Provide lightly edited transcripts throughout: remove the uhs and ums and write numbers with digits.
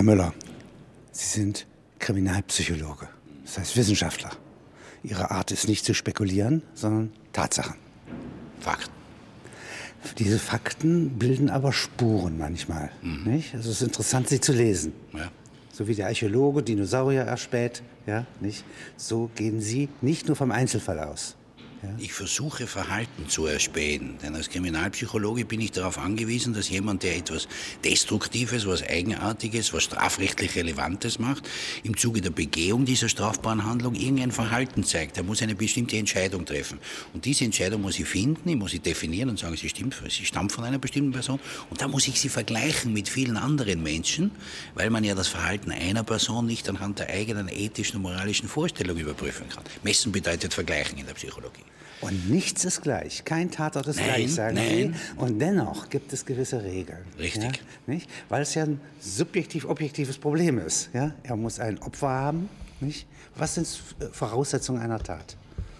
Herr Müller, Sie sind Kriminalpsychologe, das heißt Wissenschaftler. Ihre Art ist nicht zu spekulieren, sondern Tatsachen. Fakten. Diese Fakten bilden aber Spuren manchmal. Nicht? Also es ist interessant, sie zu lesen. Ja. So wie der Archäologe Dinosaurier erspäht, ja, nicht? So gehen Sie nicht nur vom Einzelfall aus. Ja? Ich versuche Verhalten zu erspähen, denn als Kriminalpsychologe bin ich darauf angewiesen, dass jemand, der etwas Destruktives, was Eigenartiges, was strafrechtlich Relevantes macht, im Zuge der Begehung dieser strafbaren Handlung irgendein Verhalten zeigt. Er muss eine bestimmte Entscheidung treffen. Und diese Entscheidung muss ich finden, ich muss sie definieren und sagen, sie stammt von einer bestimmten Person. Und da muss ich sie vergleichen mit vielen anderen Menschen, weil man ja das Verhalten einer Person nicht anhand der eigenen ethischen und moralischen Vorstellung überprüfen kann. Messen bedeutet vergleichen in der Psychologie. Und nichts ist gleich. Kein Tatort ist gleich, sagen Sie. Und dennoch gibt es gewisse Regeln. Richtig. Ja, nicht? Weil es ja ein subjektiv-objektives Problem ist. Ja? Er muss ein Opfer haben. Nicht? Was sind Voraussetzungen einer Tat?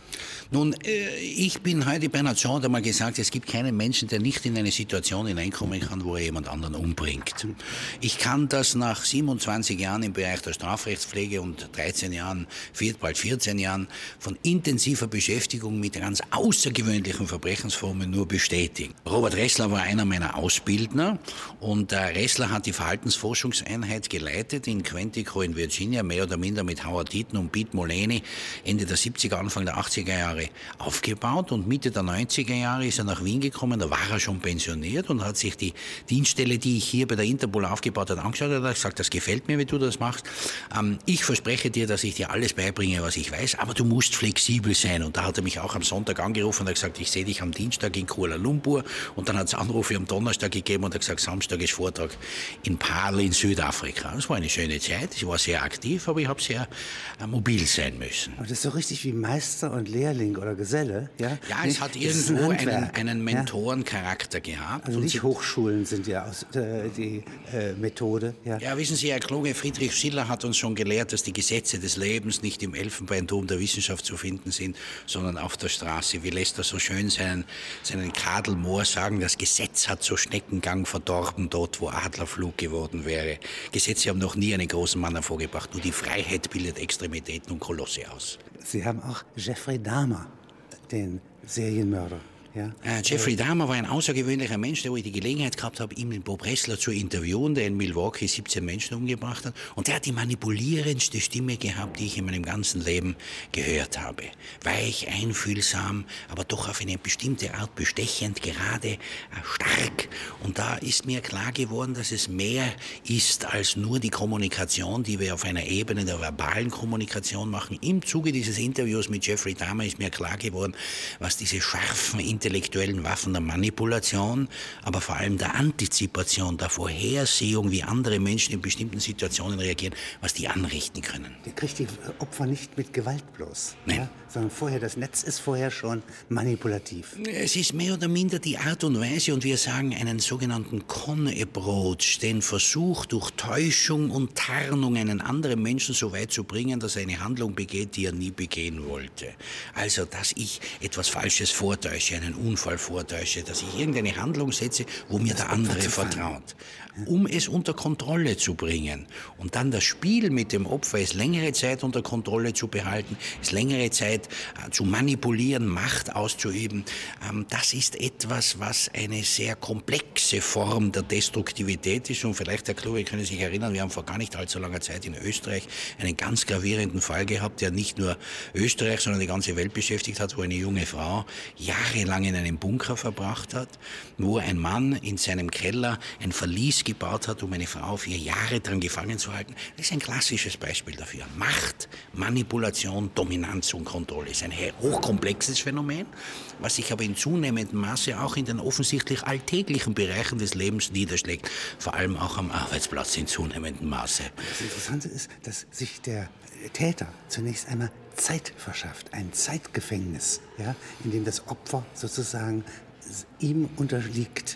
Nun, ich bin heute Bernhard Shaw, hat einmal gesagt, es gibt keinen Menschen, der nicht in eine Situation hineinkommen kann, wo er jemand anderen umbringt. Ich kann das nach 27 Jahren im Bereich der Strafrechtspflege und 13 Jahren, bald 14 Jahren von intensiver Beschäftigung mit ganz außergewöhnlichen Verbrechensformen nur bestätigen. Robert Ressler war einer meiner Ausbildner und Ressler hat die Verhaltensforschungseinheit geleitet in Quantico in Virginia, mehr oder minder mit Howard Deaton und Pete Mullaney, Ende der 70er, Anfang der 80er Jahre aufgebaut und Mitte der 90er Jahre ist er nach Wien gekommen, da war er schon pensioniert und hat sich die Dienststelle, die ich hier bei der Interpol aufgebaut habe, angeschaut und hat gesagt, das gefällt mir, wie du das machst. Ich verspreche dir, dass ich dir alles beibringe, was ich weiß, aber du musst flexibel sein. Und da hat er mich auch am Sonntag angerufen und hat gesagt, ich sehe dich am Dienstag in Kuala Lumpur und dann hat es Anrufe am Donnerstag gegeben und hat gesagt, Samstag ist Vortrag in Paarl in Südafrika. Das war eine schöne Zeit, ich war sehr aktiv, aber ich habe sehr mobil sein müssen. Aber das ist so richtig wie Meister und Lehrling oder Geselle, ja? Ja, es hat irgendwo einen Mentorencharakter gehabt. Also nicht Hochschulen sind ja die Methode. Ja. Ja, wissen Sie, Herr Kluge, Friedrich Schiller hat uns schon gelehrt, dass die Gesetze des Lebens nicht im Elfenbeinturm der Wissenschaft zu finden sind, sondern auf der Straße. Wie lässt er so schön seinen Kadel Mohr sagen, das Gesetz hat so Schneckengang verdorben, dort wo Adlerflug geworden wäre. Gesetze haben noch nie einen großen Mann hervorgebracht, nur die Freiheit bildet Extremitäten und Kolosse aus. Sie haben auch Jeffrey Dahmer, den Serienmörder. Ja? Jeffrey Dahmer war ein außergewöhnlicher Mensch, wo ich die Gelegenheit gehabt habe, ihn mit Bob Ressler zu interviewen, der in Milwaukee 17 Menschen umgebracht hat. Und der hat die manipulierendste Stimme gehabt, die ich in meinem ganzen Leben gehört habe. Weich, einfühlsam, aber doch auf eine bestimmte Art bestechend, gerade, stark. Und da ist mir klar geworden, dass es mehr ist als nur die Kommunikation, die wir auf einer Ebene der verbalen Kommunikation machen. Im Zuge dieses Interviews mit Jeffrey Dahmer ist mir klar geworden, was diese scharfen intellektuellen Waffen der Manipulation, aber vor allem der Antizipation, der Vorhersehung, wie andere Menschen in bestimmten Situationen reagieren, was die anrichten können. Der kriegt die Opfer nicht mit Gewalt bloß, ja? sondern das Netz ist vorher schon manipulativ. Es ist mehr oder minder die Art und Weise, und wir sagen einen sogenannten Con-Approach, den Versuch, durch Täuschung und Tarnung einen anderen Menschen so weit zu bringen, dass er eine Handlung begeht, die er nie begehen wollte. Also, dass ich etwas Falsches vortäusche, einen Unfall vortäusche, dass ich irgendeine Handlung setze, wo mir der andere vertraut, um es unter Kontrolle zu bringen. Und dann das Spiel mit dem Opfer, es längere Zeit unter Kontrolle zu behalten, es längere Zeit zu manipulieren, Macht auszuüben, das ist etwas, was eine sehr komplexe Form der Destruktivität ist. Und vielleicht, Herr Kluge, können Sie sich erinnern, wir haben vor gar nicht allzu langer Zeit in Österreich einen ganz gravierenden Fall gehabt, der nicht nur Österreich, sondern die ganze Welt beschäftigt hat, wo eine junge Frau jahrelang in einem Bunker verbracht hat, wo ein Mann in seinem Keller ein Verlies gebaut hat, um eine Frau 4 Jahre dran gefangen zu halten. Das ist ein klassisches Beispiel dafür. Macht, Manipulation, Dominanz und Kontrolle ist ein hochkomplexes Phänomen, was sich aber in zunehmendem Maße auch in den offensichtlich alltäglichen Bereichen des Lebens niederschlägt, vor allem auch am Arbeitsplatz in zunehmendem Maße. Das Interessante ist, dass sich der Täter zunächst einmal Zeit verschafft, ein Zeitgefängnis, ja, in dem das Opfer sozusagen ihm unterliegt.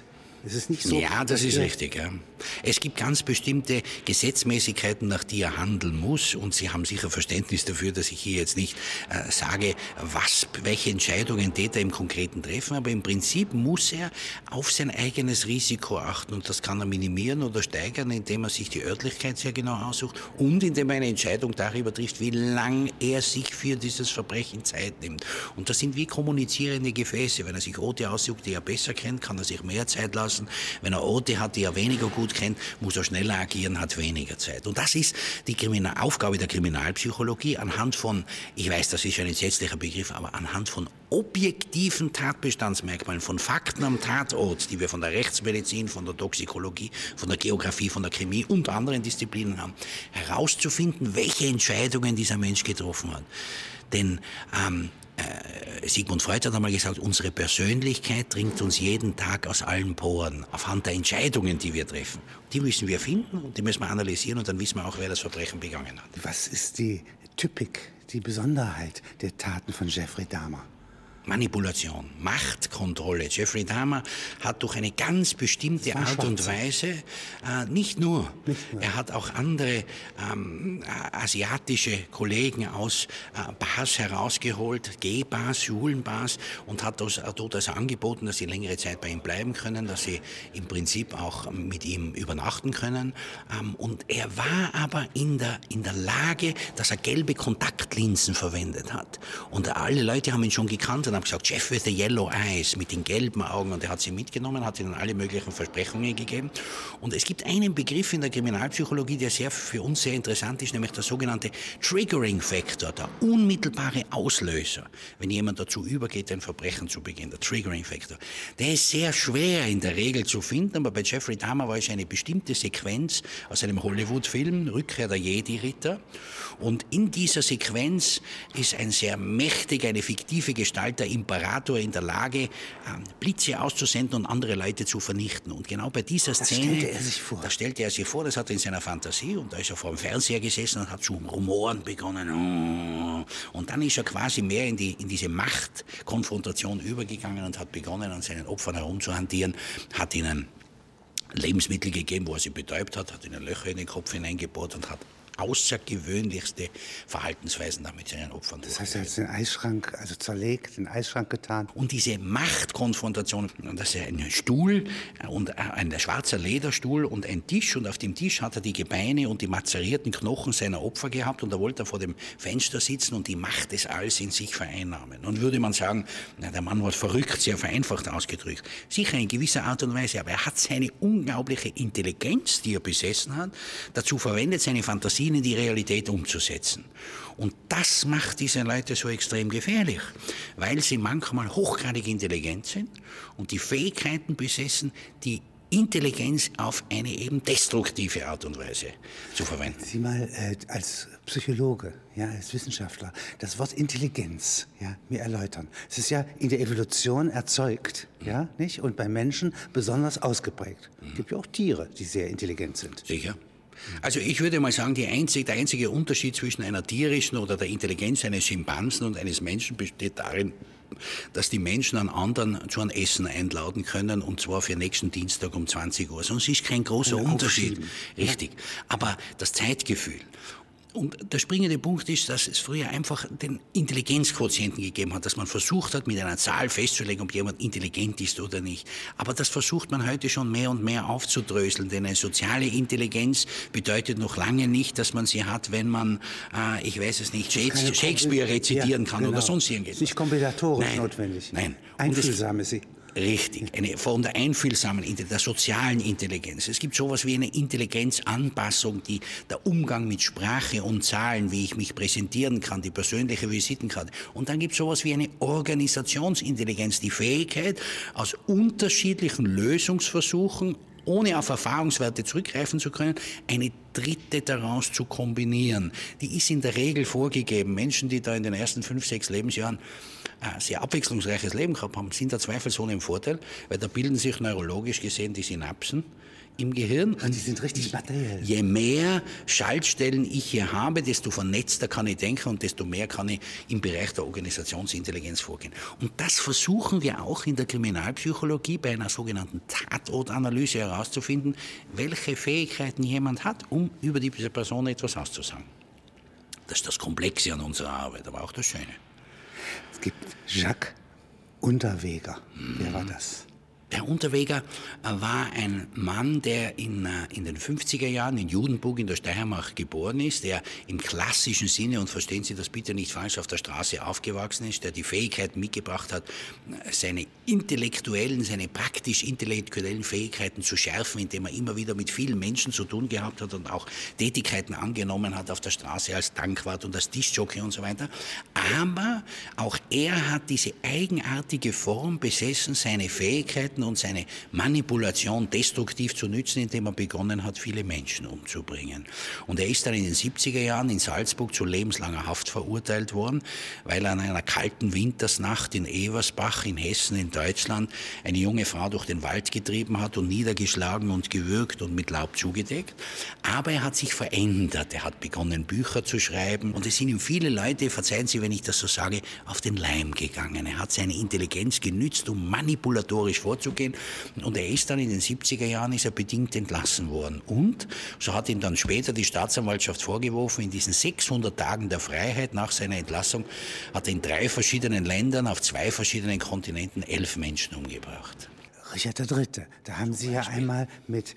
Es ist nicht so. Ja, das ist richtig. Ja. Es gibt ganz bestimmte Gesetzmäßigkeiten, nach die er handeln muss. Und Sie haben sicher Verständnis dafür, dass ich hier jetzt nicht sage, welche Entscheidungen Täter im Konkreten treffen. Aber im Prinzip muss er auf sein eigenes Risiko achten. Und das kann er minimieren oder steigern, indem er sich die Örtlichkeit sehr genau aussucht und indem er eine Entscheidung darüber trifft, wie lang er sich für dieses Verbrechen Zeit nimmt. Und das sind wie kommunizierende Gefäße. Wenn er sich Orte aussucht, die er besser kennt, kann er sich mehr Zeit lassen. Wenn er Orte hat, die er weniger gut kennt, muss er schneller agieren, hat weniger Zeit. Und das ist die Aufgabe der Kriminalpsychologie anhand von, ich weiß, das ist ein entsetzlicher Begriff, aber anhand von objektiven Tatbestandsmerkmalen, von Fakten am Tatort, die wir von der Rechtsmedizin, von der Toxikologie, von der Geografie, von der Chemie und anderen Disziplinen haben, herauszufinden, welche Entscheidungen dieser Mensch getroffen hat. Denn Sigmund Freud hat einmal gesagt, unsere Persönlichkeit dringt uns jeden Tag aus allen Poren, aufhand der Entscheidungen, die wir treffen. Die müssen wir finden und die müssen wir analysieren und dann wissen wir auch, wer das Verbrechen begangen hat. Was ist die Typik, die Besonderheit der Taten von Jeffrey Dahmer? Manipulation, Machtkontrolle. Jeffrey Dahmer hat durch eine ganz bestimmte Art und Weise, nicht nur, er hat auch andere asiatische Kollegen aus Bars herausgeholt, Gay-Bars, Schwulen-Bars, und hat dort also angeboten, dass sie längere Zeit bei ihm bleiben können, dass sie im Prinzip auch mit ihm übernachten können. Und er war aber in der Lage, dass er gelbe Kontaktlinsen verwendet hat. Und alle Leute haben ihn schon gekannt und haben gesagt, Jeff with the yellow eyes, mit den gelben Augen. Und er hat sie mitgenommen, hat ihnen alle möglichen Versprechungen gegeben. Und es gibt einen Begriff in der Kriminalpsychologie, der für uns sehr interessant ist, nämlich der sogenannte Triggering Factor, der unmittelbare Auslöser, wenn jemand dazu übergeht, ein Verbrechen zu begehen, der Triggering Factor. Der ist sehr schwer in der Regel zu finden, aber bei Jeffrey Dahmer war es eine bestimmte Sequenz aus einem Hollywood-Film, Rückkehr der Jedi-Ritter. Und in dieser Sequenz ist ein sehr mächtiger, eine fiktive Gestalt, der Imperator, in der Lage, Blitze auszusenden und andere Leute zu vernichten. Und genau bei dieser Szene, da stellte er sich vor, das hat er in seiner Fantasie, und da ist er vor dem Fernseher gesessen und hat zu rumoren begonnen. Und dann ist er quasi mehr in diese Machtkonfrontation übergegangen und hat begonnen, an seinen Opfern herumzuhantieren, hat ihnen Lebensmittel gegeben, wo er sie betäubt hat ihnen Löcher in den Kopf hineingebohrt und hat außergewöhnlichste Verhaltensweisen damit seinen Opfern. Das heißt, er hat den Eisschrank zerlegt, den Eisschrank getan. Und diese Machtkonfrontation, das ist ein Stuhl und ein schwarzer Lederstuhl und ein Tisch, und auf dem Tisch hat er die Gebeine und die mazerierten Knochen seiner Opfer gehabt, und da wollte er vor dem Fenster sitzen und die Macht des Alls in sich vereinnahmen. Und würde man sagen, na, der Mann war verrückt, sehr vereinfacht ausgedrückt. Sicher in gewisser Art und Weise, aber er hat seine unglaubliche Intelligenz, die er besessen hat, dazu verwendet, seine Fantasie in die Realität umzusetzen. Und das macht diese Leute so extrem gefährlich, weil sie manchmal hochgradig intelligent sind und die Fähigkeiten besessen, die Intelligenz auf eine eben destruktive Art und Weise zu verwenden. Sie mal als Psychologe, ja, als Wissenschaftler, das Wort Intelligenz, ja, mir erläutern. Es ist ja in der Evolution erzeugt, ja, nicht? Und bei Menschen besonders ausgeprägt. Es gibt ja auch Tiere, die sehr intelligent sind. Sicher. Also ich würde mal sagen, der einzige Unterschied zwischen einer tierischen oder der Intelligenz eines Schimpansen und eines Menschen besteht darin, dass die Menschen einen anderen zu einem Essen einladen können, und zwar für nächsten Dienstag um 20 Uhr. Sonst ist kein großer Unterschied. Richtig. Aber das Zeitgefühl. Und der springende Punkt ist, dass es früher einfach den Intelligenzquotienten gegeben hat, dass man versucht hat, mit einer Zahl festzulegen, ob jemand intelligent ist oder nicht. Aber das versucht man heute schon mehr und mehr aufzudröseln, denn eine soziale Intelligenz bedeutet noch lange nicht, dass man sie hat, wenn man, ich weiß es nicht, Shakespeare rezitieren kann oder sonst irgendetwas. Nicht kombinatorisch notwendig. Nein. Einfühlsam ist sie. Richtig, eine Form der einfühlsamen, der sozialen Intelligenz. Es gibt sowas wie eine Intelligenzanpassung, der Umgang mit Sprache und Zahlen, wie ich mich präsentieren kann, die persönliche Visitenkarte. Und dann gibt es sowas wie eine Organisationsintelligenz, die Fähigkeit, aus unterschiedlichen Lösungsversuchen, ohne auf Erfahrungswerte zurückgreifen zu können, eine dritte daraus zu kombinieren. Die ist in der Regel vorgegeben. Menschen, die da in den ersten 5, 6 Lebensjahren ein sehr abwechslungsreiches Leben gehabt haben, sind da zweifelsohne im Vorteil, weil da bilden sich neurologisch gesehen die Synapsen im Gehirn. Und die sind richtig materiell. Je mehr Schaltstellen ich hier habe, desto vernetzter kann ich denken und desto mehr kann ich im Bereich der Organisationsintelligenz vorgehen. Und das versuchen wir auch in der Kriminalpsychologie bei einer sogenannten Tatortanalyse herauszufinden, welche Fähigkeiten jemand hat, um über diese Person etwas auszusagen. Das ist das Komplexe an unserer Arbeit, aber auch das Schöne. Es gibt Jacques Unterweger. Wer war das? Der Unterweger war ein Mann, der in den 50er Jahren in Judenburg in der Steiermark geboren ist, der im klassischen Sinne, und verstehen Sie das bitte nicht falsch, auf der Straße aufgewachsen ist, der die Fähigkeit mitgebracht hat, seine praktisch-intellektuellen Fähigkeiten zu schärfen, indem er immer wieder mit vielen Menschen zu tun gehabt hat und auch Tätigkeiten angenommen hat auf der Straße als Tankwart und als Diskjockey und so weiter. Aber auch er hat diese eigenartige Form besessen, seine Fähigkeiten und seine Manipulation destruktiv zu nützen, indem er begonnen hat, viele Menschen umzubringen. Und er ist dann in den 70er Jahren in Salzburg zu lebenslanger Haft verurteilt worden, weil er an einer kalten Wintersnacht in Eversbach in Hessen in Deutschland eine junge Frau durch den Wald getrieben hat und niedergeschlagen und gewürgt und mit Laub zugedeckt. Aber er hat sich verändert. Er hat begonnen, Bücher zu schreiben und es sind ihm viele Leute, verzeihen Sie, wenn ich das so sage, auf den Leim gegangen. Er hat seine Intelligenz genützt, um manipulatorisch vorzugehen. Und er ist dann in den 70er Jahren ist er bedingt entlassen worden. Und so hat ihm dann später die Staatsanwaltschaft vorgeworfen, in diesen 600 Tagen der Freiheit nach seiner Entlassung hat er in 3 verschiedenen Ländern auf 2 verschiedenen Kontinenten 11 Menschen umgebracht. Richard III., da haben Sie ja einmal mit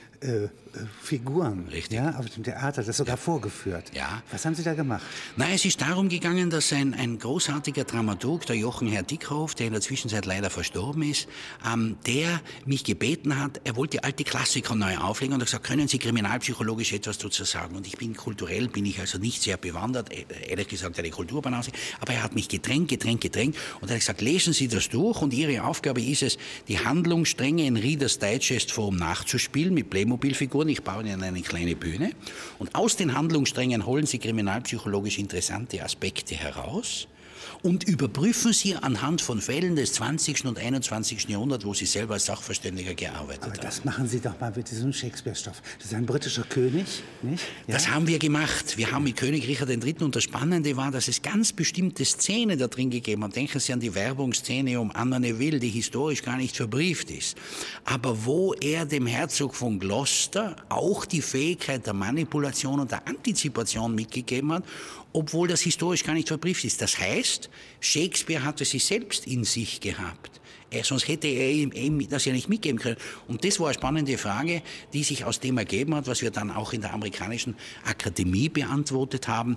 Figuren, Richtig. ja, auf dem Theater, das sogar vorgeführt. Ja. Was haben Sie da gemacht? Nein, es ist darum gegangen, dass ein großartiger Dramaturg, der Jochen Herr Dickhoff, der in der Zwischenzeit leider verstorben ist, der mich gebeten hat, er wollte alte Klassiker neu auflegen und hat gesagt, können Sie kriminalpsychologisch etwas dazu sagen? Und kulturell bin ich also nicht sehr bewandert, ehrlich gesagt eine Kulturbanause, aber er hat mich gedrängt und er hat gesagt, lesen Sie das durch und Ihre Aufgabe ist es, die Handlungsstränge in Reader's Digest Form nachzuspielen mit Playmobil-Figuren. Ich baue Ihnen eine kleine Bühne und aus den Handlungssträngen holen Sie kriminalpsychologisch interessante Aspekte heraus und überprüfen Sie anhand von Fällen des 20. und 21. Jahrhunderts, wo Sie selber als Sachverständiger gearbeitet haben. Aber das machen Sie doch mal mit diesem Shakespeare-Stoff. Das ist ein britischer König, nicht? Ja? Das haben wir gemacht. Wir haben mit König Richard III. Und das Spannende war, dass es ganz bestimmte Szenen da drin gegeben hat. Denken Sie an die Werbungsszene um Anna Neville, die historisch gar nicht verbrieft ist. Aber wo er dem Herzog von Gloucester auch die Fähigkeit der Manipulation und der Antizipation mitgegeben hat, obwohl das historisch gar nicht verbrieft ist. Das heißt, Shakespeare hatte sie selbst in sich gehabt. Sonst hätte er ihm das ja nicht mitgeben können. Und das war eine spannende Frage, die sich aus dem ergeben hat, was wir dann auch in der amerikanischen Akademie beantwortet haben.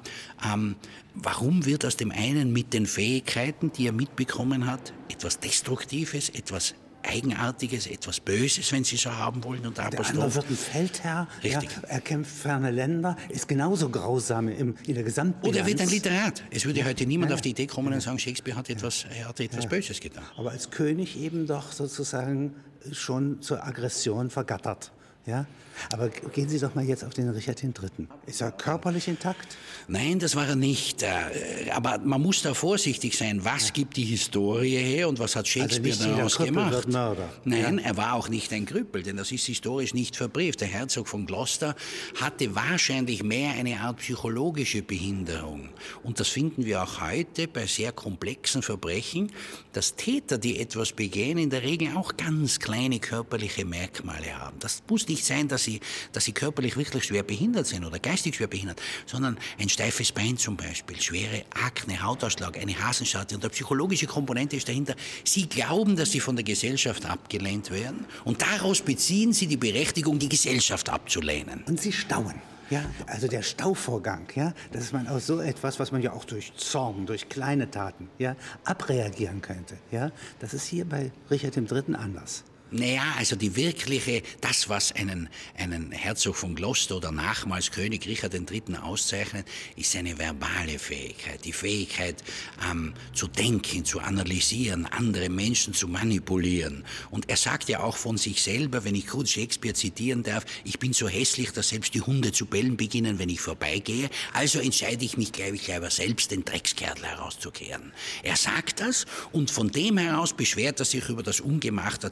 Warum wird aus dem einen mit den Fähigkeiten, die er mitbekommen hat, etwas Destruktives, etwas Eigenartiges, etwas Böses, wenn Sie so haben wollen. Und der andere wird ein Feldherr, ja, er kämpft ferne Länder, ist genauso grausam in der Gesamtbilanz. Oder er wird ein Literat. Es würde heute niemand auf die Idee kommen und sagen, Shakespeare hat etwas Böses getan. Aber als König eben doch sozusagen schon zur Aggression vergattert. Ja? Aber gehen Sie doch mal jetzt auf den Richard III. Ist er körperlich intakt? Nein, das war er nicht. Aber man muss da vorsichtig sein. Was gibt die Historie her und was hat Shakespeare daraus gemacht? Wird Mörder. Nein, er war auch nicht ein Krüppel, denn das ist historisch nicht verbrieft. Der Herzog von Gloucester hatte wahrscheinlich mehr eine Art psychologische Behinderung. Und das finden wir auch heute bei sehr komplexen Verbrechen, dass Täter, die etwas begehen, in der Regel auch ganz kleine körperliche Merkmale haben. Das muss nicht sein, dass sie körperlich wirklich schwer behindert sind oder geistig schwer behindert, sondern ein steifes Bein zum Beispiel, schwere Akne, Hautausschlag, eine Hasenscharte. Und der psychologische Komponente ist dahinter. Sie glauben, dass sie von der Gesellschaft abgelehnt werden und daraus beziehen sie die Berechtigung, die Gesellschaft abzulehnen. Und sie stauen. Ja, also der Stauvorgang, ja, das ist man auch so etwas, was man ja auch durch Zorn, durch kleine Taten, ja, abreagieren könnte. Ja, das ist hier bei Richard III. Anders. Naja, also das, was einen Herzog von Gloucester oder nachmals König Richard III. Auszeichnet, ist seine verbale Fähigkeit. Die Fähigkeit, zu denken, zu analysieren, andere Menschen zu manipulieren. Und er sagt ja auch von sich selber, wenn ich kurz Shakespeare zitieren darf, ich bin so hässlich, dass selbst die Hunde zu bellen beginnen, wenn ich vorbeigehe. Also entscheide ich mich gleich lieber selbst, den Dreckskerl herauszukehren. Er sagt das und von dem heraus beschwert er sich über das Ungemach der Zeit und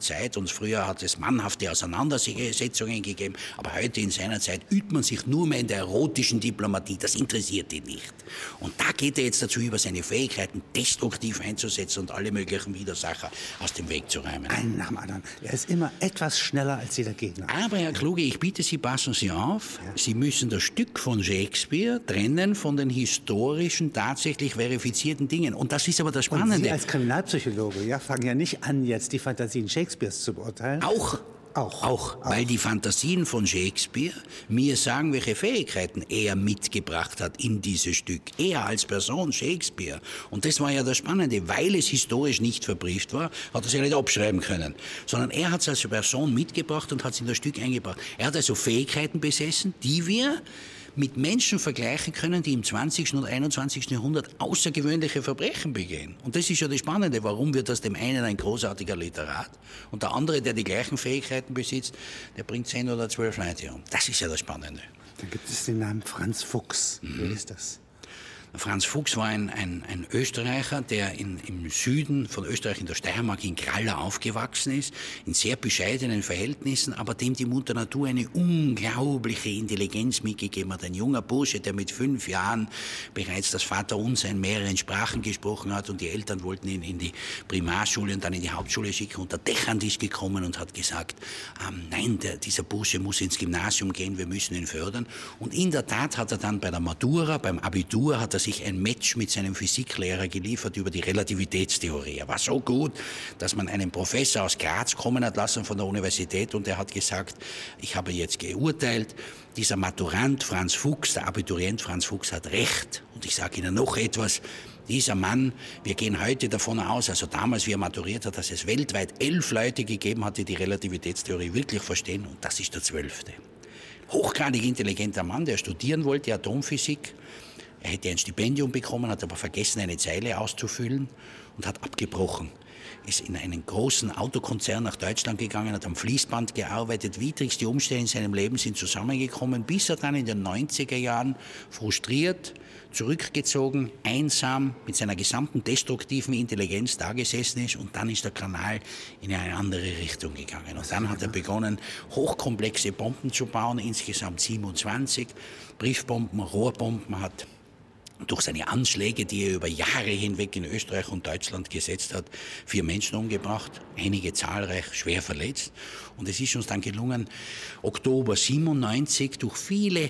Früher hat es mannhafte Auseinandersetzungen gegeben, aber heute in seiner Zeit übt man sich nur mehr in der erotischen Diplomatie. Das interessiert ihn nicht. Und da geht er jetzt dazu über, seine Fähigkeiten destruktiv einzusetzen und alle möglichen Widersacher aus dem Weg zu räumen. Einen nach dem anderen. Er ist immer etwas schneller als jeder Gegner. Aber Herr Kluge, ich bitte Sie, passen Sie auf. Ja. Sie müssen das Stück von Shakespeare trennen von den historischen, tatsächlich verifizierten Dingen. Und das ist aber das Spannende. Und Sie als Kriminalpsychologe fangen ja nicht an, jetzt die Fantasien Shakespeares zu beurteilen. Auch, weil die Fantasien von Shakespeare mir sagen, welche Fähigkeiten er mitgebracht hat in dieses Stück. Er als Person, Shakespeare. Und das war ja das Spannende. Weil es historisch nicht verbrieft war, hat er es ja nicht abschreiben können. Sondern er hat es als Person mitgebracht und hat es in das Stück eingebracht. Er hat also Fähigkeiten besessen, die wir mit Menschen vergleichen können, die im 20. und 21. Jahrhundert außergewöhnliche Verbrechen begehen. Und das ist ja das Spannende. Warum wird das dem einen ein großartiger Literat und der andere, der die gleichen Fähigkeiten besitzt, der bringt 10 oder 12 Leute um. Das ist ja das Spannende. Da gibt es den Namen Franz Fuchs. Wer ist das? Franz Fuchs war ein Österreicher, der im Süden von Österreich in der Steiermark in Kralla aufgewachsen ist, in sehr bescheidenen Verhältnissen, aber dem die Mutter Natur eine unglaubliche Intelligenz mitgegeben hat. Ein junger Bursche, der mit 5 Jahren bereits das Vaterunser in mehreren Sprachen gesprochen hat und die Eltern wollten ihn in die Primarschule und dann in die Hauptschule schicken und der Dechant ist gekommen und hat gesagt, nein, dieser Bursche muss ins Gymnasium gehen, wir müssen ihn fördern. Und in der Tat hat er dann bei der Matura, beim Abitur, hat er sich ein Match mit seinem Physiklehrer geliefert über die Relativitätstheorie. Er war so gut, dass man einen Professor aus Graz kommen hat lassen von der Universität und er hat gesagt, ich habe jetzt geurteilt, dieser Maturant Franz Fuchs, der Abiturient Franz Fuchs hat recht. Und ich sage Ihnen noch etwas, dieser Mann, wir gehen heute davon aus, also damals, wie er maturiert hat, dass es weltweit 11 Leute gegeben hat, die die Relativitätstheorie wirklich verstehen und das ist der 12. Hochgradig intelligenter Mann, der studieren wollte, Atomphysik. Er hätte ein Stipendium bekommen, hat aber vergessen, eine Zeile auszufüllen und hat abgebrochen. Ist in einen großen Autokonzern nach Deutschland gegangen, hat am Fließband gearbeitet. Widrigste Umstände in seinem Leben sind zusammengekommen, bis er dann in den 90er Jahren frustriert, zurückgezogen, einsam, mit seiner gesamten destruktiven Intelligenz dagesessen ist und dann ist der Kanal in eine andere Richtung gegangen. Und dann hat er begonnen, hochkomplexe Bomben zu bauen, insgesamt 27, Briefbomben, Rohrbomben, hat durch seine Anschläge, die er über Jahre hinweg in Österreich und Deutschland gesetzt hat, 4 Menschen umgebracht, einige zahlreich schwer verletzt. Und es ist uns dann gelungen, Oktober 97 durch viele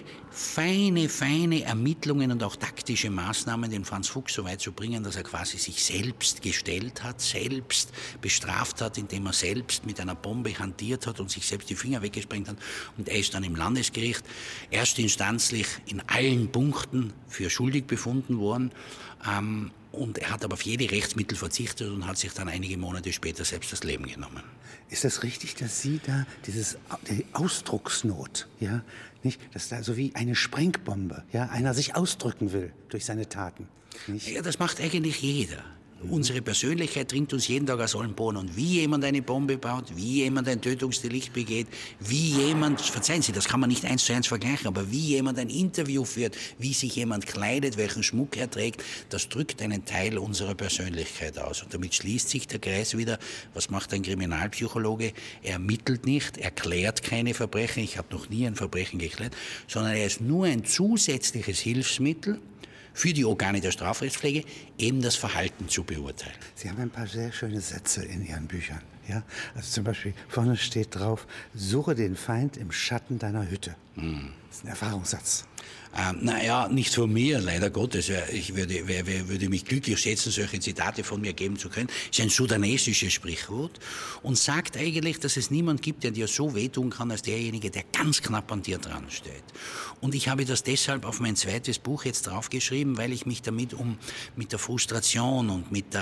feine Ermittlungen und auch taktische Maßnahmen den Franz Fuchs so weit zu bringen, dass er quasi sich selbst gestellt hat, selbst bestraft hat, indem er selbst mit einer Bombe hantiert hat und sich selbst die Finger weggesprengt hat. Und er ist dann im Landesgericht erstinstanzlich in allen Punkten für schuldig befunden worden. Und er hat aber auf jede Rechtsmittel verzichtet und hat sich dann einige Monate später selbst das Leben genommen. Ist das richtig, dass Sie da die Ausdrucksnot, ja, nicht, dass da so wie eine Sprengbombe, ja, einer sich ausdrücken will durch seine Taten, nicht? Ja, das macht eigentlich jeder. Unsere Persönlichkeit dringt uns jeden Tag aus allen Poren. Und wie jemand eine Bombe baut, wie jemand ein Tötungsdelikt begeht, wie jemand, verzeihen Sie, das kann man nicht 1:1 vergleichen, aber wie jemand ein Interview führt, wie sich jemand kleidet, welchen Schmuck er trägt, das drückt einen Teil unserer Persönlichkeit aus. Und damit schließt sich der Kreis wieder. Was macht ein Kriminalpsychologe? Er ermittelt nicht, er klärt keine Verbrechen. Ich habe noch nie ein Verbrechen geklärt, sondern er ist nur ein zusätzliches Hilfsmittel für die Organe der Strafrechtspflege, eben das Verhalten zu beurteilen. Sie haben ein paar sehr schöne Sätze in Ihren Büchern. Ja? Also zum Beispiel, vorne steht drauf, suche den Feind im Schatten deiner Hütte. Das ist ein Erfahrungssatz. Naja, nicht von mir, leider Gottes. Ich würde mich glücklich schätzen, solche Zitate von mir geben zu können. Es ist ein sudanesisches Sprichwort und sagt eigentlich, dass es niemand gibt, der dir so wehtun kann, als derjenige, der ganz knapp an dir dran steht. Und ich habe das deshalb auf mein zweites Buch jetzt draufgeschrieben, weil ich mich damit mit der Frustration und mit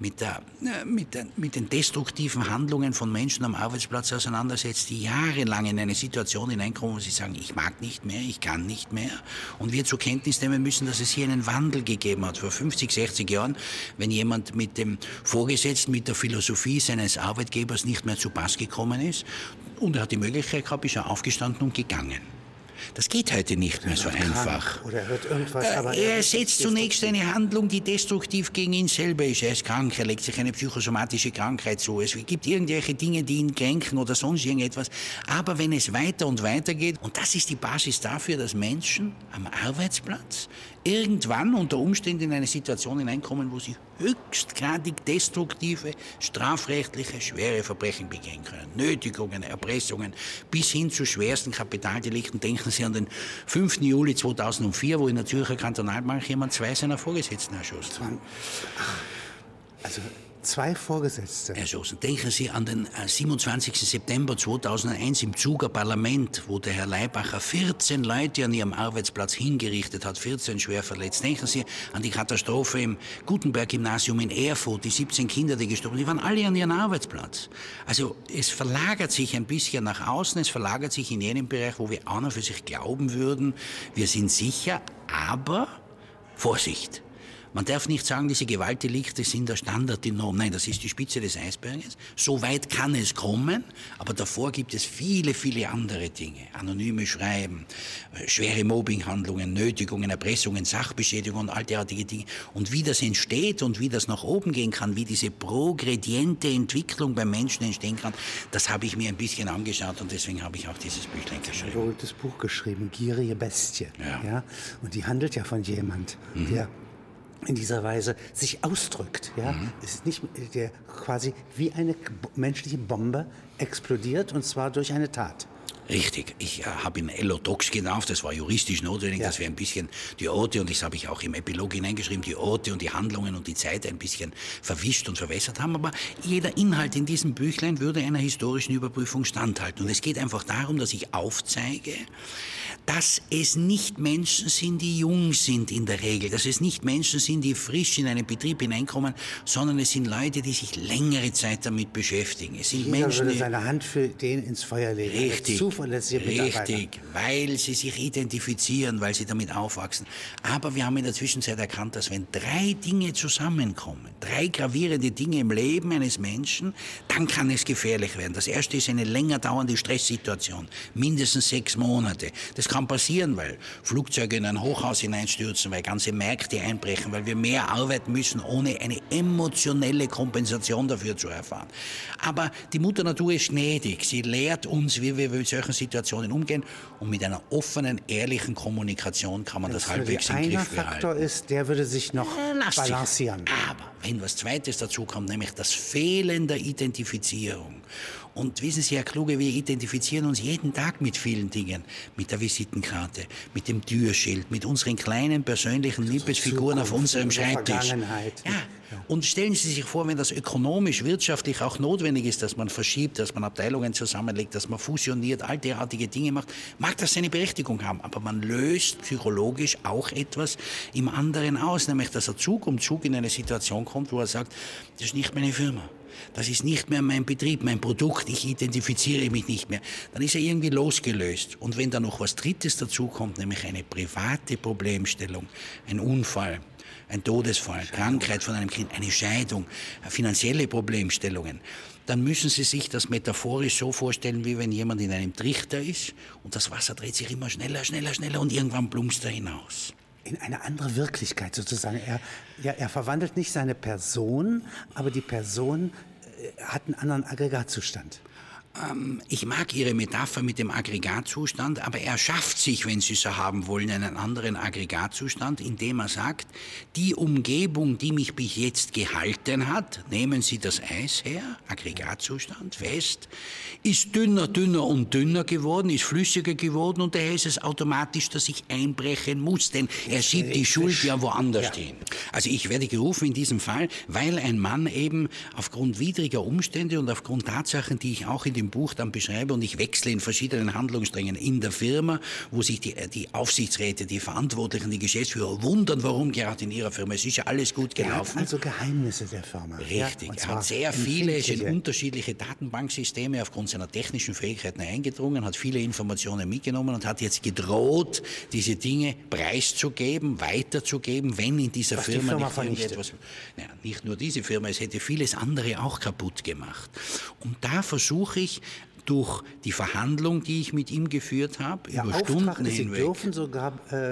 den destruktiven Handlungen von Menschen am Arbeitsplatz auseinandersetze, die jahrelang in eine Situation hineinkommen, wo sie sagen, ich mag nicht mehr, ich kann nicht mehr. Und wir zur Kenntnis nehmen müssen, dass es hier einen Wandel gegeben hat. Vor 50, 60 Jahren, wenn jemand mit dem Vorgesetzten, mit der Philosophie seines Arbeitgebers nicht mehr zu Pass gekommen ist und er hat die Möglichkeit gehabt, ist er aufgestanden und gegangen. Das geht heute nicht mehr so einfach. Oder er hört irgendwas, aber er setzt zunächst eine Handlung, die destruktiv gegen ihn selber ist. Er ist krank, er legt sich eine psychosomatische Krankheit zu. Es gibt irgendwelche Dinge, die ihn kränken oder sonst irgendetwas. Aber wenn es weiter und weiter geht, und das ist die Basis dafür, dass Menschen am Arbeitsplatz irgendwann unter Umständen in eine Situation hineinkommen, wo sie höchstgradig destruktive, strafrechtliche, schwere Verbrechen begehen können. Nötigungen, Erpressungen, bis hin zu schwersten Kapitaldelikten. Denken Sie an den 5. Juli 2004, wo in der Zürcher Kantonalbank jemand 2 seiner Vorgesetzten erschossen. Also 2 Vorgesetzte. Erschossen. Denken Sie an den 27. September 2001 im Zuger Parlament, wo der Herr Leibacher 14 Leute an ihrem Arbeitsplatz hingerichtet hat, 14 schwer verletzt. Denken Sie an die Katastrophe im Gutenberg-Gymnasium in Erfurt, die 17 Kinder, die gestorben sind, die waren alle an ihrem Arbeitsplatz. Also es verlagert sich ein bisschen nach außen, es verlagert sich in jenem Bereich, wo wir auch noch für sich glauben würden, wir sind sicher, aber Vorsicht! Man darf nicht sagen, diese Gewaltdelikte sind der Standard, die Norm. Nein, das ist die Spitze des Eisberges. So weit kann es kommen, aber davor gibt es viele, viele andere Dinge. Anonyme Schreiben, schwere Mobbinghandlungen, Nötigungen, Erpressungen, Sachbeschädigungen, all derartige Dinge. Und wie das entsteht und wie das nach oben gehen kann, wie diese progrediente Entwicklung beim Menschen entstehen kann, das habe ich mir ein bisschen angeschaut und deswegen habe ich auch dieses Büchlein geschrieben. Ein berühmtes Buch geschrieben, Gierige Bestie. Ja? Und die handelt ja von jemand, der in dieser Weise sich ausdrückt. Ja? Es ist nicht der quasi wie eine menschliche Bombe explodiert, und zwar durch eine Tat. Richtig. Ich habe ihn Elodox getauft, das war juristisch notwendig, dass wir ein bisschen die Orte, und das habe ich auch im Epilog hineingeschrieben, die Orte und die Handlungen und die Zeit ein bisschen verwischt und verwässert haben. Aber jeder Inhalt in diesem Büchlein würde einer historischen Überprüfung standhalten. Und es geht einfach darum, dass ich aufzeige, dass es nicht Menschen sind, die jung sind in der Regel, dass es nicht Menschen sind, die frisch in einen Betrieb hineinkommen, sondern es sind Leute, die sich längere Zeit damit beschäftigen. Es sind Jeder Menschen, würde die seine Hand für den ins Feuer legen. Richtig, Zuverlässige Mitarbeiter. richtig, weil sie sich identifizieren, weil sie damit aufwachsen. Aber wir haben in der Zwischenzeit erkannt, dass wenn 3 Dinge zusammenkommen, 3 gravierende Dinge im Leben eines Menschen, dann kann es gefährlich werden. Das erste ist eine länger dauernde Stresssituation, mindestens 6 Monate. Das kann passieren, weil Flugzeuge in ein Hochhaus hineinstürzen, weil ganze Märkte einbrechen, weil wir mehr arbeiten müssen, ohne eine emotionelle Kompensation dafür zu erfahren. Aber die Mutter Natur ist gnädig. Sie lehrt uns, wie wir mit solchen Situationen umgehen, und mit einer offenen, ehrlichen Kommunikation kann man das halbwegs im Griff behalten. Ein Faktor ist, der würde sich noch balancieren. Aber wenn was Zweites dazu kommt, nämlich das Fehlen der Identifizierung. Und wissen Sie, Herr Kluge, wir identifizieren uns jeden Tag mit vielen Dingen. Mit der Visitenkarte, mit dem Türschild, mit unseren kleinen persönlichen Liebesfiguren auf unserem Schreibtisch. Ja. Und stellen Sie sich vor, wenn das ökonomisch, wirtschaftlich auch notwendig ist, dass man verschiebt, dass man Abteilungen zusammenlegt, dass man fusioniert, all derartige Dinge macht, mag das seine Berechtigung haben. Aber man löst psychologisch auch etwas im anderen aus, nämlich dass er Zug um Zug in eine Situation kommt, wo er sagt, das ist nicht meine Firma. Das ist nicht mehr mein Betrieb, mein Produkt, ich identifiziere mich nicht mehr. Dann ist er irgendwie losgelöst. Und wenn da noch was Drittes dazu kommt, nämlich eine private Problemstellung, ein Unfall, ein Todesfall, Krankheit von einem Kind, eine Scheidung, finanzielle Problemstellungen, dann müssen Sie sich das metaphorisch so vorstellen, wie wenn jemand in einem Trichter ist und das Wasser dreht sich immer schneller, schneller, schneller und irgendwann plumpst er hinaus. In eine andere Wirklichkeit sozusagen. Er verwandelt nicht seine Person, aber die Person hat einen anderen Aggregatzustand. Ich mag Ihre Metapher mit dem Aggregatzustand, aber er schafft sich, wenn Sie so haben wollen, einen anderen Aggregatzustand, indem er sagt, die Umgebung, die mich bis jetzt gehalten hat, nehmen Sie das Eis her, Aggregatzustand, fest, ist dünner, dünner und dünner geworden, ist flüssiger geworden und daher ist es automatisch, dass ich einbrechen muss, denn er schiebt die Schuld ja woanders hin. Also ich werde gerufen in diesem Fall, weil ein Mann eben aufgrund widriger Umstände und aufgrund Tatsachen, die ich auch in dem Buch dann beschreibe, und ich wechsle in verschiedenen Handlungssträngen in der Firma, wo sich die Aufsichtsräte, die Verantwortlichen, die Geschäftsführer wundern, warum gerade in ihrer Firma. Es ist ja alles gut gelaufen. Er hat also Geheimnisse der Firma. Richtig. Er hat sehr viele, in unterschiedliche Datenbanksysteme aufgrund seiner technischen Fähigkeiten eingedrungen, hat viele Informationen mitgenommen und hat jetzt gedroht, diese Dinge preiszugeben, weiterzugeben, wenn in dieser Firma nicht irgendetwas... Naja, nicht nur diese Firma, es hätte vieles andere auch kaputt gemacht. Und da versuche ich, durch die Verhandlung, die ich mit ihm geführt habe, Ihr über Auftrag Stunden ist, Sie hinweg. dürfen sogar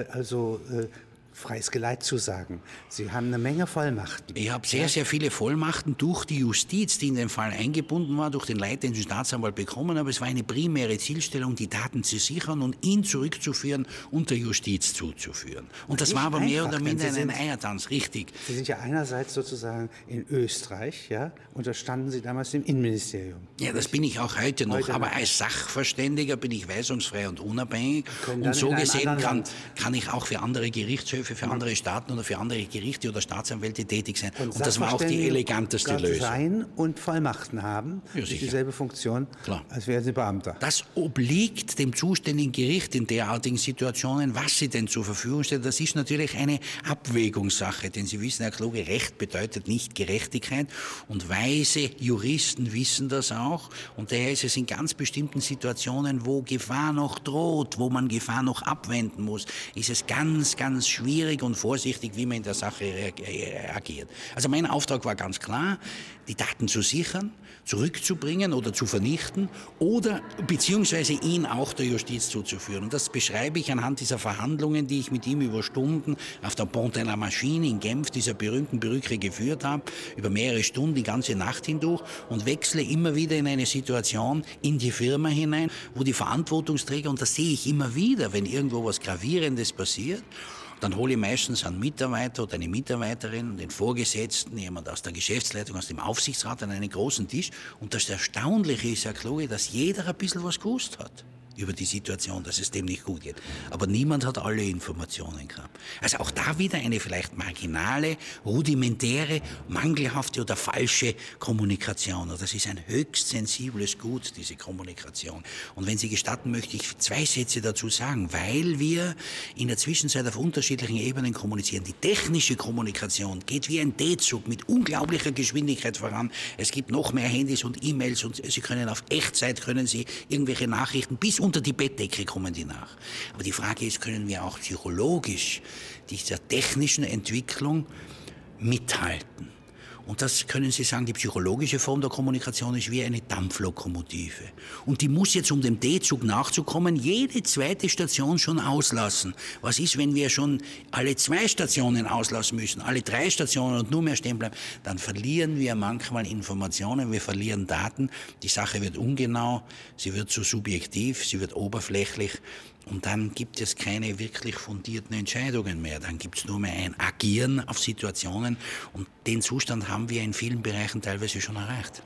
freies Geleit zusagen. Sie haben eine Menge Vollmachten. Ich habe sehr, sehr viele Vollmachten durch die Justiz, die in den Fall eingebunden war, durch den leitenden Staatsanwalt bekommen habe. Es war eine primäre Zielstellung, die Daten zu sichern und ihn zurückzuführen und der Justiz zuzuführen. Und das war aber mehr oder minder ein Eiertanz, richtig. Sie sind ja einerseits sozusagen in Österreich, ja, und da standen Sie damals im Innenministerium. Ja, das bin ich auch heute noch. Aber als Sachverständiger bin ich weisungsfrei und unabhängig. Und so gesehen kann ich auch für andere Gerichtshöfe, für andere Staaten oder für andere Gerichte oder Staatsanwälte tätig sein. Und das war auch die eleganteste Lösung. Sein und Vollmachten haben, ja, ist dieselbe Funktion, klar, als wären Sie Beamter. Das obliegt dem zuständigen Gericht in derartigen Situationen, was sie denn zur Verfügung stellt. Das ist natürlich eine Abwägungssache, denn Sie wissen, Herr Kluge, Recht bedeutet nicht Gerechtigkeit und weise Juristen wissen das auch. Und daher ist es in ganz bestimmten Situationen, wo Gefahr noch droht, wo man Gefahr noch abwenden muss, ist es ganz, ganz schwierig und vorsichtig, wie man in der Sache agiert. Also mein Auftrag war ganz klar, die Daten zu sichern, zurückzubringen oder zu vernichten oder beziehungsweise ihn auch der Justiz zuzuführen. Und das beschreibe ich anhand dieser Verhandlungen, die ich mit ihm über Stunden auf der Pont de la Machine in Genf, dieser berühmten Brücke, geführt habe, über mehrere Stunden, die ganze Nacht hindurch und wechsle immer wieder in eine Situation in die Firma hinein, wo die Verantwortungsträger, und das sehe ich immer wieder, wenn irgendwo was Gravierendes passiert, dann hole ich meistens einen Mitarbeiter oder eine Mitarbeiterin, den Vorgesetzten, jemand aus der Geschäftsleitung, aus dem Aufsichtsrat an einen großen Tisch. Und das Erstaunliche ist, Herr Kluge, dass jeder ein bisschen was gewusst hat über die Situation, dass es dem nicht gut geht. Aber niemand hat alle Informationen gehabt. Also auch da wieder eine vielleicht marginale, rudimentäre, mangelhafte oder falsche Kommunikation. Und das ist ein höchst sensibles Gut, diese Kommunikation. Und wenn Sie gestatten, möchte ich 2 Sätze dazu sagen, weil wir in der Zwischenzeit auf unterschiedlichen Ebenen kommunizieren. Die technische Kommunikation geht wie ein D-Zug mit unglaublicher Geschwindigkeit voran. Es gibt noch mehr Handys und E-Mails und Sie können auf Echtzeit, können Sie irgendwelche Nachrichten bis unter die Bettdecke kommen die nach. Aber die Frage ist, können wir auch psychologisch dieser technischen Entwicklung mithalten? Und das können Sie sagen, die psychologische Form der Kommunikation ist wie eine Dampflokomotive. Und die muss jetzt, um dem D-Zug nachzukommen, jede zweite Station schon auslassen. Was ist, wenn wir schon alle 2 Stationen auslassen müssen, alle 3 Stationen und nur mehr stehen bleiben? Dann verlieren wir manchmal Informationen, wir verlieren Daten. Die Sache wird ungenau, sie wird zu subjektiv, sie wird oberflächlich. Und dann gibt es keine wirklich fundierten Entscheidungen mehr. Dann gibt es nur mehr ein Agieren auf Situationen. Und den Zustand haben wir in vielen Bereichen teilweise schon erreicht.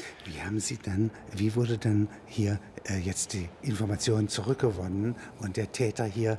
Wie wurde dann hier jetzt die Information zurückgewonnen und der Täter hier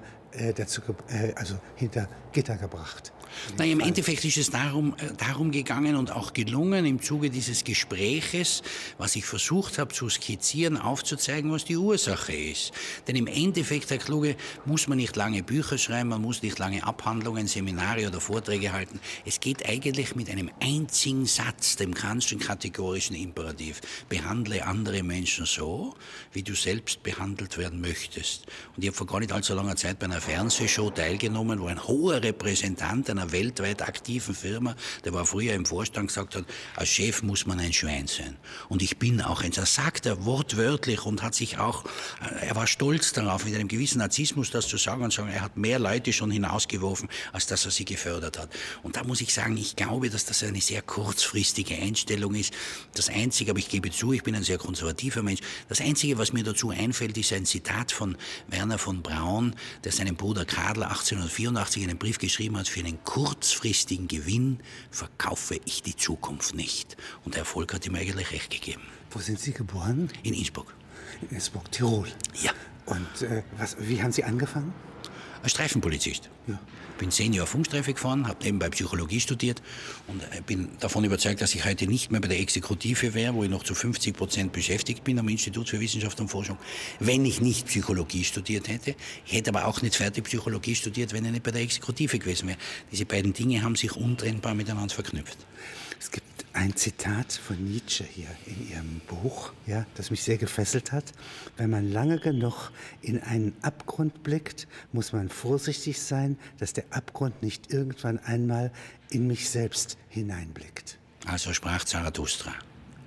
hinter Gitter gebracht? Na, im Endeffekt ist es darum gegangen und auch gelungen, im Zuge dieses Gespräches, was ich versucht habe zu skizzieren, aufzuzeigen, was die Ursache ist. Denn im Endeffekt, Herr Kluge, muss man nicht lange Bücher schreiben, man muss nicht lange Abhandlungen, Seminare oder Vorträge halten. Es geht eigentlich mit einem einzigen Satz, dem ganzen kategorischen Imperativ. Behandle andere Menschen so, wie du selbst behandelt werden möchtest. Und ich habe vor gar nicht allzu langer Zeit bei einer Fernsehshow teilgenommen, wo ein hoher Repräsentant einer weltweit aktiven Firma, der war früher im Vorstand, gesagt hat, als Chef muss man ein Schwein sein. Und ich bin auch ein, das sagt er wortwörtlich und hat sich auch, er war stolz darauf, mit einem gewissen Narzissmus das zu sagen und sagen, er hat mehr Leute schon hinausgeworfen, als dass er sie gefördert hat. Und da muss ich sagen, ich glaube, dass das eine sehr kurzfristige Einstellung ist. Das Einzige, aber ich gebe zu, ich bin ein sehr konservativer Mensch, das Einzige, was mir dazu einfällt, ist ein Zitat von Werner von Braun, der seinem Bruder Kadel 1884 einen Brief geschrieben hat, für einen kurzfristigen Gewinn verkaufe ich die Zukunft nicht. Und der Erfolg hat ihm eigentlich recht gegeben. Wo sind Sie geboren? In Innsbruck. In Innsbruck, Tirol? Ja. Und wie haben Sie angefangen? Als Streifenpolizist. Ja. Bin 10 Jahre Funkstreife gefahren, habe nebenbei Psychologie studiert und bin davon überzeugt, dass ich heute nicht mehr bei der Exekutive wäre, wo ich noch zu 50% beschäftigt bin am Institut für Wissenschaft und Forschung, wenn ich nicht Psychologie studiert hätte. Ich hätte aber auch nicht fertig Psychologie studiert, wenn ich nicht bei der Exekutive gewesen wäre. Diese beiden Dinge haben sich untrennbar miteinander verknüpft. Es gibt ein Zitat von Nietzsche hier in Ihrem Buch, ja, das mich sehr gefesselt hat. Wenn man lange genug in einen Abgrund blickt, muss man vorsichtig sein, dass der Abgrund nicht irgendwann einmal in mich selbst hineinblickt. Also sprach Zarathustra.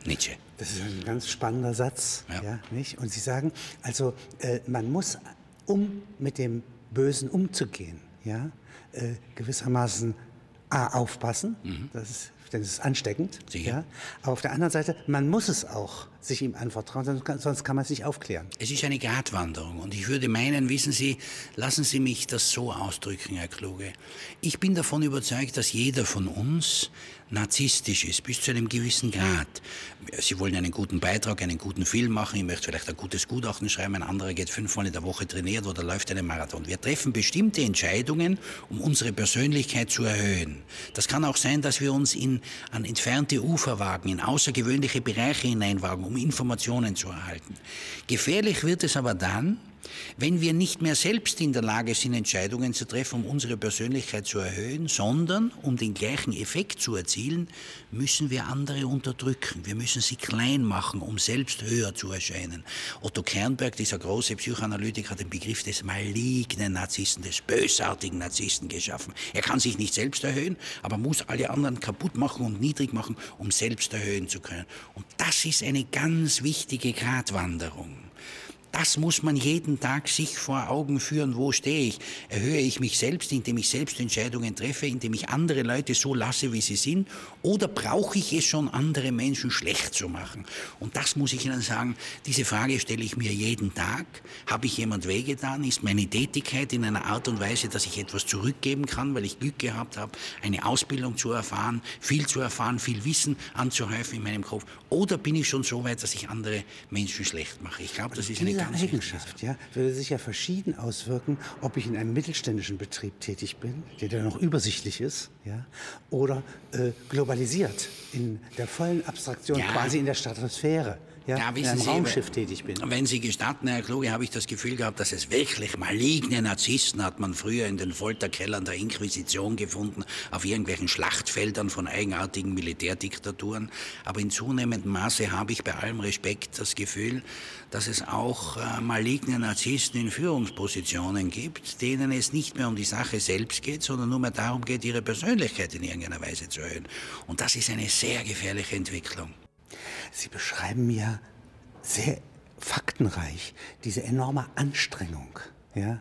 Nietzsche. Das ist ein ganz spannender Satz, Ja. ja, nicht? Und Sie sagen, also man muss, um mit dem Bösen umzugehen, ja, gewissermaßen aufpassen, denn es ist ansteckend, Sicher. ja, aber auf der anderen Seite, man muss es auch sich ihm anvertrauen, sonst kann man es nicht aufklären. Es ist eine Gratwanderung und ich würde meinen, wissen Sie, lassen Sie mich das so ausdrücken, Herr Kluge. Ich bin davon überzeugt, dass jeder von uns narzisstisch ist, bis zu einem gewissen Grad. Sie wollen einen guten Beitrag, einen guten Film machen, ich möchte vielleicht ein gutes Gutachten schreiben, ein anderer geht 5-mal in der Woche trainiert oder läuft einen Marathon. Wir treffen bestimmte Entscheidungen, um unsere Persönlichkeit zu erhöhen. Das kann auch sein, dass wir uns an entfernte Ufer wagen, in außergewöhnliche Bereiche hineinwagen, um Informationen zu erhalten. Gefährlich wird es aber dann, wenn wir nicht mehr selbst in der Lage sind, Entscheidungen zu treffen, um unsere Persönlichkeit zu erhöhen, sondern um den gleichen Effekt zu erzielen, müssen wir andere unterdrücken. Wir müssen sie klein machen, um selbst höher zu erscheinen. Otto Kernberg, dieser große Psychoanalytiker, hat den Begriff des malignen Narzissten, des bösartigen Narzissten geschaffen. Er kann sich nicht selbst erhöhen, aber muss alle anderen kaputt machen und niedrig machen, um selbst erhöhen zu können. Und das ist eine ganz wichtige Gratwanderung. Das muss man jeden Tag sich vor Augen führen. Wo stehe ich? Erhöhe ich mich selbst, indem ich selbst Entscheidungen treffe, indem ich andere Leute so lasse, wie sie sind? Oder brauche ich es schon, andere Menschen schlecht zu machen? Und das muss ich Ihnen sagen, diese Frage stelle ich mir jeden Tag. Habe ich jemand wehgetan? Ist meine Tätigkeit in einer Art und Weise, dass ich etwas zurückgeben kann, weil ich Glück gehabt habe, eine Ausbildung zu erfahren, viel Wissen anzuhäufen in meinem Kopf? Oder bin ich schon so weit, dass ich andere Menschen schlecht mache? Ich glaube, das ist eine ganz Eigenschaft, ja, würde sich ja verschieden auswirken, ob ich in einem mittelständischen Betrieb tätig bin, der noch übersichtlich ist, ja, oder globalisiert, in der vollen Abstraktion, Ja. quasi in der Stratosphäre. Ja, Ja, in wissen einem Sie, Raumschiff tätig bin. Wenn Sie gestatten, Herr Kluge, habe ich das Gefühl gehabt, dass es wirklich maligne Narzissten hat man früher in den Folterkellern der Inquisition gefunden, auf irgendwelchen Schlachtfeldern von eigenartigen Militärdiktaturen. Aber in zunehmendem Maße habe ich bei allem Respekt das Gefühl, dass es auch maligne Narzissten in Führungspositionen gibt, denen es nicht mehr um die Sache selbst geht, sondern nur mehr darum geht, ihre Persönlichkeit in irgendeiner Weise zu erhöhen. Und das ist eine sehr gefährliche Entwicklung. Sie beschreiben ja sehr faktenreich diese enorme Anstrengung, ja,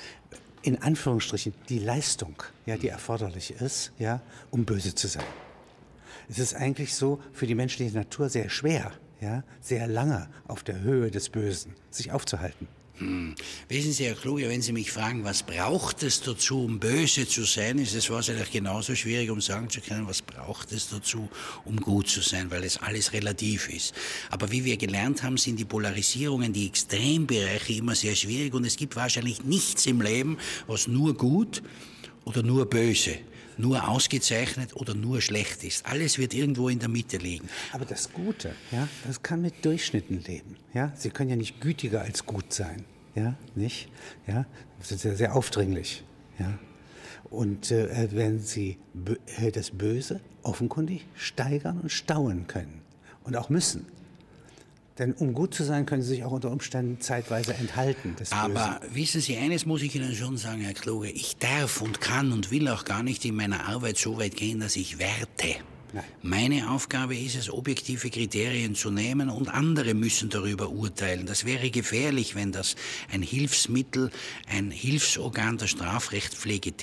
in Anführungsstrichen die Leistung, ja, die erforderlich ist, ja, um böse zu sein. Es ist eigentlich so für die menschliche Natur sehr schwer, ja, sehr lange auf der Höhe des Bösen sich aufzuhalten. Wissen Sie, Herr Kluge, wenn Sie mich fragen, was braucht es dazu, um böse zu sein, ist es wahrscheinlich genauso schwierig, um sagen zu können, was braucht es dazu, um gut zu sein, weil es alles relativ ist. Aber wie wir gelernt haben, sind die Polarisierungen, die Extrembereiche immer sehr schwierig und es gibt wahrscheinlich nichts im Leben, was nur gut oder nur böse, nur ausgezeichnet oder nur schlecht ist. Alles wird irgendwo in der Mitte liegen. Aber das Gute, ja, das kann mit Durchschnitten leben. Ja? Sie können ja nicht gütiger als gut sein. Ja, nicht? Ja? Das ist ja sehr aufdringlich. Ja? Und wenn Sie das Böse offenkundig steigern und stauen können und auch müssen. Denn um gut zu sein, können Sie sich auch unter Umständen zeitweise enthalten des Bösen. Aber wissen Sie, eines muss ich Ihnen schon sagen, Herr Kluge, ich darf und kann und will auch gar nicht in meiner Arbeit so weit gehen, dass ich werte. Nein. Meine Aufgabe ist es, objektive Kriterien zu nehmen und andere müssen darüber urteilen. Das wäre gefährlich, wenn das ein Hilfsmittel, ein Hilfsorgan der Strafrechtspflege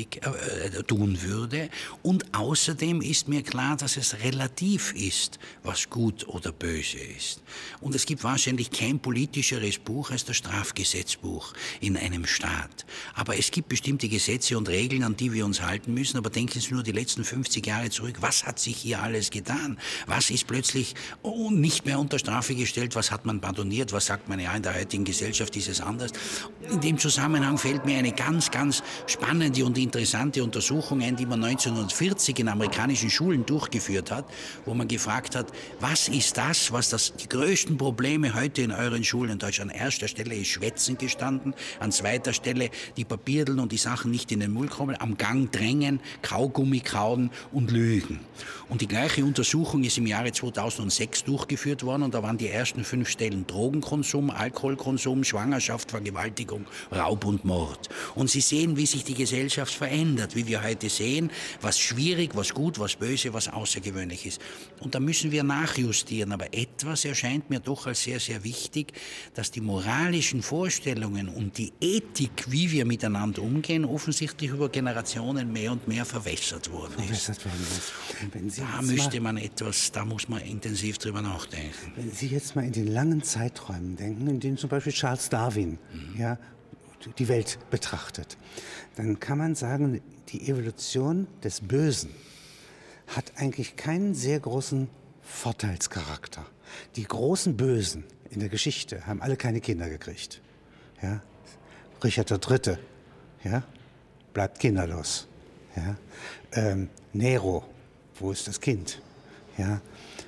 tun würde. Und außerdem ist mir klar, dass es relativ ist, was gut oder böse ist. Und es gibt wahrscheinlich kein politischeres Buch als das Strafgesetzbuch in einem Staat. Aber es gibt bestimmte Gesetze und Regeln, an die wir uns halten müssen. Aber denken Sie nur die letzten 50 Jahre zurück. Was hat sich hier alles getan? Was ist plötzlich nicht mehr unter Strafe gestellt? Was hat man pardoniert? Was sagt man, ja, in der heutigen Gesellschaft ist es anders? In dem Zusammenhang fällt mir eine ganz, ganz spannende und interessante Untersuchung ein, die man 1940 in amerikanischen Schulen durchgeführt hat, wo man gefragt hat, was ist das, was die größten Probleme heute in euren Schulen in Deutschland? An erster Stelle ist Schwätzen gestanden, an zweiter Stelle die Papierdeln und die Sachen nicht in den Mund kommen, am Gang drängen, Kaugummi kauen und lügen. Und die gleiche Untersuchung ist im Jahre 2006 durchgeführt worden und da waren die ersten 5 Stellen Drogenkonsum, Alkoholkonsum, Schwangerschaft, Vergewaltigung, Raub und Mord. Und Sie sehen, wie sich die Gesellschaft verändert, wie wir heute sehen, was schwierig, was gut, was böse, was außergewöhnlich ist. Und da müssen wir nachjustieren. Aber etwas erscheint mir doch als sehr, sehr wichtig, dass die moralischen Vorstellungen und die Ethik, wie wir miteinander umgehen, offensichtlich über Generationen mehr und mehr verwässert worden ist. Wenn Sie Da muss man intensiv drüber nachdenken. Wenn Sie jetzt mal in den langen Zeiträumen denken, in denen zum Beispiel Charles Darwin ja, die Welt betrachtet, dann kann man sagen, die Evolution des Bösen hat eigentlich keinen sehr großen Vorteilscharakter. Die großen Bösen in der Geschichte haben alle keine Kinder gekriegt. Ja? Richard III. Ja? Bleibt kinderlos. Ja? Nero, wo ist das Kind? Ja?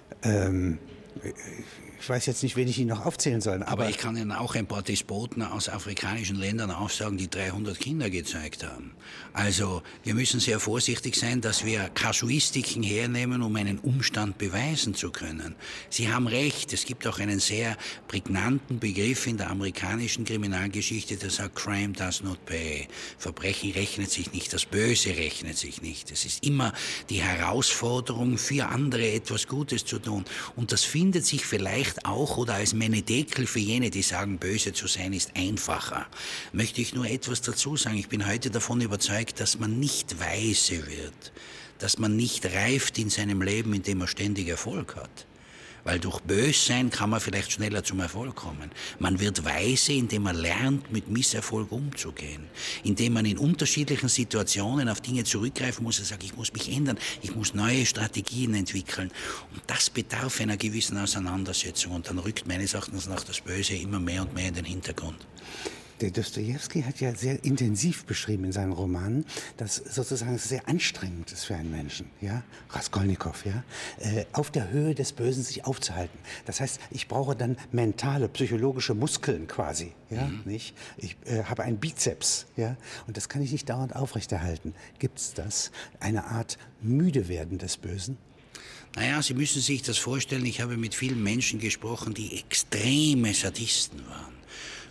Ich weiß jetzt nicht, wen ich Ihnen noch aufzählen soll. Aber ich kann Ihnen auch ein paar Despoten aus afrikanischen Ländern aufsagen, die 300 Kinder gezeugt haben. Also wir müssen sehr vorsichtig sein, dass wir Kasuistiken hernehmen, um einen Umstand beweisen zu können. Sie haben recht, es gibt auch einen sehr prägnanten Begriff in der amerikanischen Kriminalgeschichte, der sagt, Crime does not pay. Verbrechen rechnet sich nicht, das Böse rechnet sich nicht. Es ist immer die Herausforderung, für andere etwas Gutes zu tun. Und das findet sich vielleicht auch oder als Menedekel für jene, die sagen, böse zu sein ist einfacher. Möchte ich nur etwas dazu sagen. Ich bin heute davon überzeugt, dass man nicht weise wird, dass man nicht reift in seinem Leben, indem man ständig Erfolg hat. Weil durch Bössein kann man vielleicht schneller zum Erfolg kommen. Man wird weise, indem man lernt, mit Misserfolg umzugehen. Indem man in unterschiedlichen Situationen auf Dinge zurückgreifen muss und sagt, ich muss mich ändern, ich muss neue Strategien entwickeln. Und das bedarf einer gewissen Auseinandersetzung. Und dann rückt meines Erachtens nach das Böse immer mehr und mehr in den Hintergrund. Der Dostojewski hat ja sehr intensiv beschrieben in seinen Romanen, dass sozusagen sehr anstrengend ist für einen Menschen, ja, Raskolnikow, ja, auf der Höhe des Bösen sich aufzuhalten. Das heißt, ich brauche dann mentale, psychologische Muskeln quasi, ja, nicht? Ich habe einen Bizeps, ja, und das kann ich nicht dauernd aufrechterhalten. Gibt's das? Eine Art Müdewerden des Bösen? Naja, Sie müssen sich das vorstellen, ich habe mit vielen Menschen gesprochen, die extreme Sadisten waren.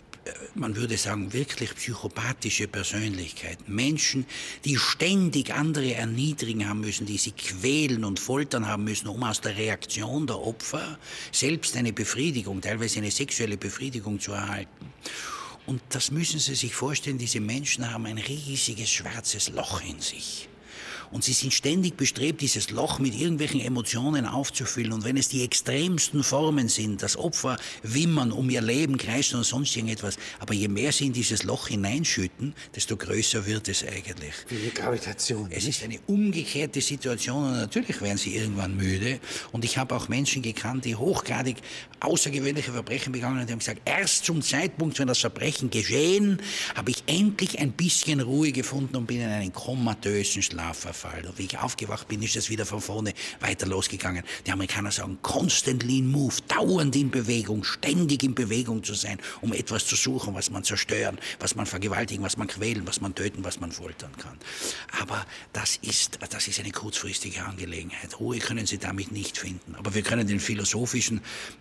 Man würde sagen, wirklich psychopathische Persönlichkeiten. Menschen, die ständig andere erniedrigen haben müssen, die sie quälen und foltern haben müssen, um aus der Reaktion der Opfer selbst eine Befriedigung, teilweise eine sexuelle Befriedigung zu erhalten. Und das müssen Sie sich vorstellen, diese Menschen haben ein riesiges schwarzes Loch in sich. Und sie sind ständig bestrebt, dieses Loch mit irgendwelchen Emotionen aufzufüllen. Und wenn es die extremsten Formen sind, das Opfer wimmern, um ihr Leben kreisen und sonst irgendetwas. Aber je mehr sie in dieses Loch hineinschütten, desto größer wird es eigentlich. Wie eine Gravitation. Es ist eine umgekehrte Situation und natürlich werden sie irgendwann müde. Und ich habe auch Menschen gekannt, die hochgradig außergewöhnliche Verbrechen begangen haben und die haben gesagt, erst zum Zeitpunkt, wenn das Verbrechen geschehen, habe ich endlich ein bisschen Ruhe gefunden und bin in einen komatösen Schlaf verfallen. Und wie ich aufgewacht bin, ist es wieder von vorne weiter losgegangen. Die Amerikaner sagen, constantly in move, dauernd in Bewegung, ständig in Bewegung zu sein, um etwas zu suchen, was man zerstören, was man vergewaltigen, was man quälen, was man töten, was man foltern kann. Aber das ist eine kurzfristige Angelegenheit. Ruhe können Sie damit nicht finden. Aber wir können den philosophischen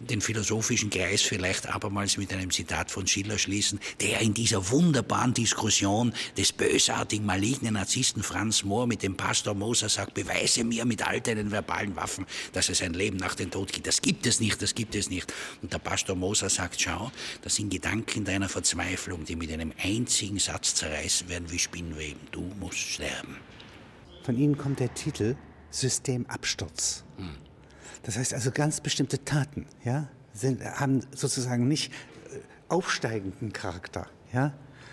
Kreis vielleicht abermals mit einem Zitat von Schiller schließen, der in dieser wunderbaren Diskussion des bösartigen, malignen Narzissten Franz Mohr mit dem Pastor Moser sagt, beweise mir mit all deinen verbalen Waffen, dass es ein Leben nach dem Tod gibt. Das gibt es nicht, das gibt es nicht. Und der Pastor Moser sagt, schau, das sind Gedanken deiner Verzweiflung, die mit einem einzigen Satz zerreißen werden wie Spinnweben. Du musst sterben. Von Ihnen kommt der Titel Systemabsturz. Das heißt also, ganz bestimmte Taten, ja, haben sozusagen nicht aufsteigenden Charakter, ja?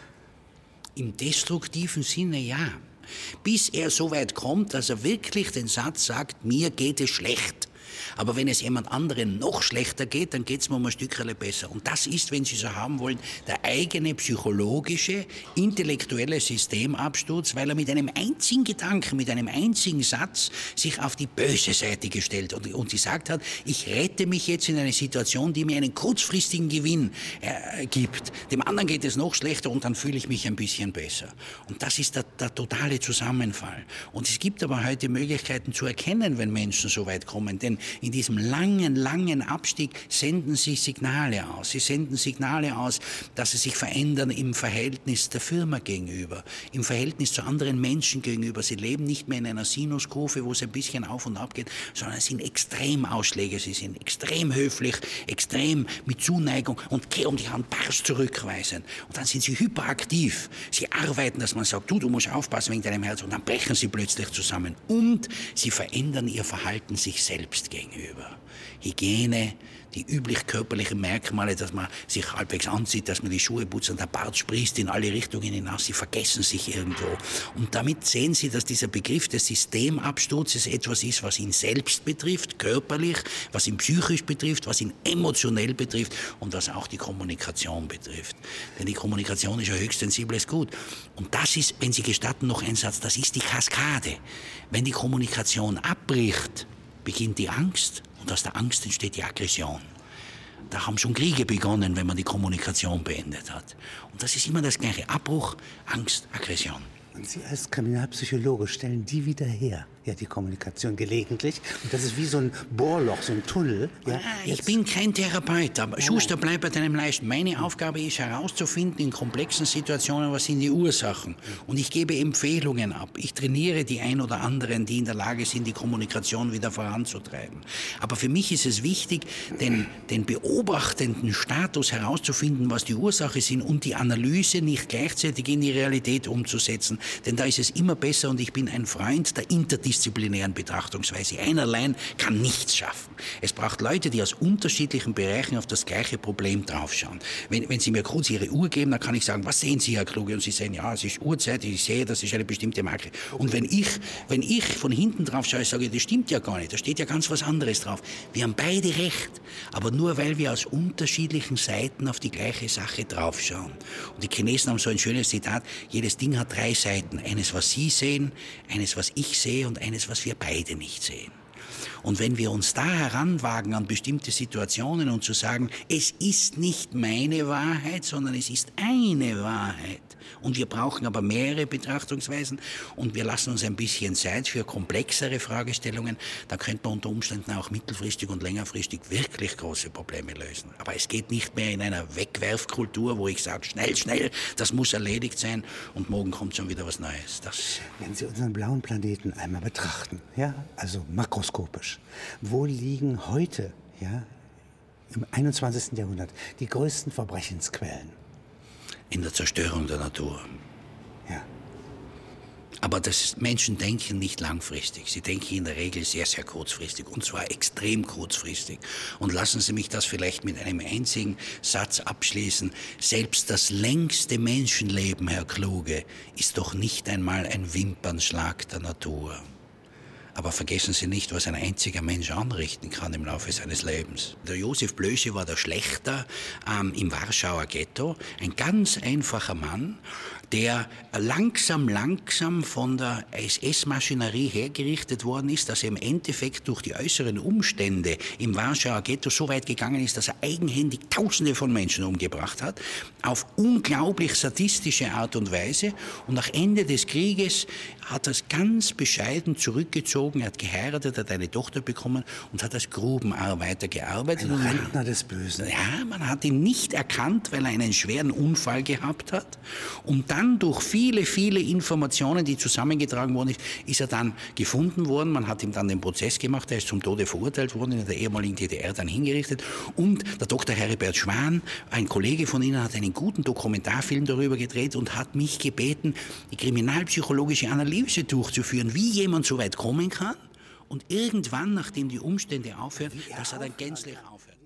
Im destruktiven Sinne ja. Bis er so weit kommt, dass er wirklich den Satz sagt, mir geht es schlecht. Aber wenn es jemand anderen noch schlechter geht, dann geht es mir um ein Stückchen besser. Und das ist, wenn Sie so haben wollen, der eigene psychologische, intellektuelle Systemabsturz, weil er mit einem einzigen Gedanken, mit einem einzigen Satz sich auf die böse Seite gestellt und gesagt hat, ich rette mich jetzt in eine Situation, die mir einen kurzfristigen Gewinn gibt. Dem anderen geht es noch schlechter und dann fühle ich mich ein bisschen besser. Und das ist der totale Zusammenfall. Und es gibt aber heute Möglichkeiten zu erkennen, wenn Menschen so weit kommen. Denn in diesem langen Abstieg senden sie Signale aus. Sie senden Signale aus, dass sie sich verändern im Verhältnis der Firma gegenüber, im Verhältnis zu anderen Menschen gegenüber. Sie leben nicht mehr in einer Sinuskurve, wo es ein bisschen auf und ab geht, sondern es sind Extremausschläge. Sie sind extrem höflich, extrem mit Zuneigung und die Hand barsch zurückweisen. Und dann sind sie hyperaktiv. Sie arbeiten, dass man sagt, du musst aufpassen wegen deinem Herz. Und dann brechen sie plötzlich zusammen. Und sie verändern ihr Verhalten sich selbst gegenüber. Hygiene, die üblich körperlichen Merkmale, dass man sich halbwegs anzieht, dass man die Schuhe putzt und der Bart sprießt in alle Richtungen hinaus. Sie vergessen sich irgendwo. Und damit sehen Sie, dass dieser Begriff des Systemabsturzes etwas ist, was ihn selbst betrifft, körperlich, was ihn psychisch betrifft, was ihn emotionell betrifft und was auch die Kommunikation betrifft. Denn die Kommunikation ist ein höchst sensibles Gut. Und das ist, wenn Sie gestatten, noch ein Satz, das ist die Kaskade. Wenn die Kommunikation abbricht, beginnt die Angst und aus der Angst entsteht die Aggression. Da haben schon Kriege begonnen, wenn man die Kommunikation beendet hat. Und das ist immer das Gleiche. Abbruch, Angst, Aggression. Und Sie als Kriminalpsychologe stellen die wieder her, ja, die Kommunikation gelegentlich. Und das ist wie so ein Bohrloch, so ein Tunnel. Ja, ich bin kein Therapeut, aber Schuster, bleib bei deinem Leisten. Meine Aufgabe ist herauszufinden in komplexen Situationen, was sind die Ursachen. Und ich gebe Empfehlungen ab. Ich trainiere die ein oder anderen, die in der Lage sind, die Kommunikation wieder voranzutreiben. Aber für mich ist es wichtig, den beobachtenden Status herauszufinden, was die Ursache sind und die Analyse nicht gleichzeitig in die Realität umzusetzen. Denn da ist es immer besser und ich bin ein Freund der interdisziplinären Betrachtungsweise. Einer allein kann nichts schaffen. Es braucht Leute, die aus unterschiedlichen Bereichen auf das gleiche Problem draufschauen. Wenn Sie mir kurz Ihre Uhr geben, dann kann ich sagen, was sehen Sie, Herr Kluge? Und Sie sagen, ja, es ist Uhrzeit, ich sehe, das ist eine bestimmte Marke. Und wenn ich von hinten drauf schaue, sage ich, das stimmt ja gar nicht, da steht ja ganz was anderes drauf. Wir haben beide recht, aber nur weil wir aus unterschiedlichen Seiten auf die gleiche Sache draufschauen. Und die Chinesen haben so ein schönes Zitat, jedes Ding hat 3 Seiten. Eines, was Sie sehen, eines, was ich sehe und eines, was wir beide nicht sehen. Und wenn wir uns da heranwagen an bestimmte Situationen und zu sagen, es ist nicht meine Wahrheit, sondern es ist eine Wahrheit. Und wir brauchen aber mehrere Betrachtungsweisen und wir lassen uns ein bisschen Zeit für komplexere Fragestellungen, dann könnte man unter Umständen auch mittelfristig und längerfristig wirklich große Probleme lösen. Aber es geht nicht mehr in einer Wegwerfkultur, wo ich sage, schnell, das muss erledigt sein und morgen kommt schon wieder was Neues. Wenn Sie unseren blauen Planeten einmal betrachten, ja, also makroskopisch, wo liegen heute, ja, im 21. Jahrhundert die größten Verbrechensquellen? In der Zerstörung der Natur. Ja. Aber Menschen denken nicht langfristig. Sie denken in der Regel sehr, sehr kurzfristig. Und zwar extrem kurzfristig. Und lassen Sie mich das vielleicht mit einem einzigen Satz abschließen. Selbst das längste Menschenleben, Herr Kluge, ist doch nicht einmal ein Wimpernschlag der Natur. Aber vergessen Sie nicht, was ein einziger Mensch anrichten kann im Laufe seines Lebens. Der Josef Blösche war der Schlächter im Warschauer Ghetto. Ein ganz einfacher Mann, der langsam von der SS-Maschinerie hergerichtet worden ist, dass er im Endeffekt durch die äußeren Umstände im Warschauer Ghetto so weit gegangen ist, dass er eigenhändig Tausende von Menschen umgebracht hat, auf unglaublich sadistische Art und Weise. Und nach Ende des Krieges hat er es ganz bescheiden zurückgezogen, er hat geheiratet, hat eine Tochter bekommen und hat als Grubenarbeiter gearbeitet. Ein Rentner des Bösen. Ja, man hat ihn nicht erkannt, weil er einen schweren Unfall gehabt hat. Und dann durch viele Informationen, die zusammengetragen wurden, ist er dann gefunden worden. Man hat ihm dann den Prozess gemacht, er ist zum Tode verurteilt worden, in der ehemaligen DDR dann hingerichtet. Und der Dr. Heribert Schwan, ein Kollege von Ihnen, hat einen guten Dokumentarfilm darüber gedreht und hat mich gebeten, die kriminalpsychologische Analyse durchzuführen, wie jemand so weit kommen kann und irgendwann, nachdem die Umstände aufhören, dass er dann gänzlich aufhört.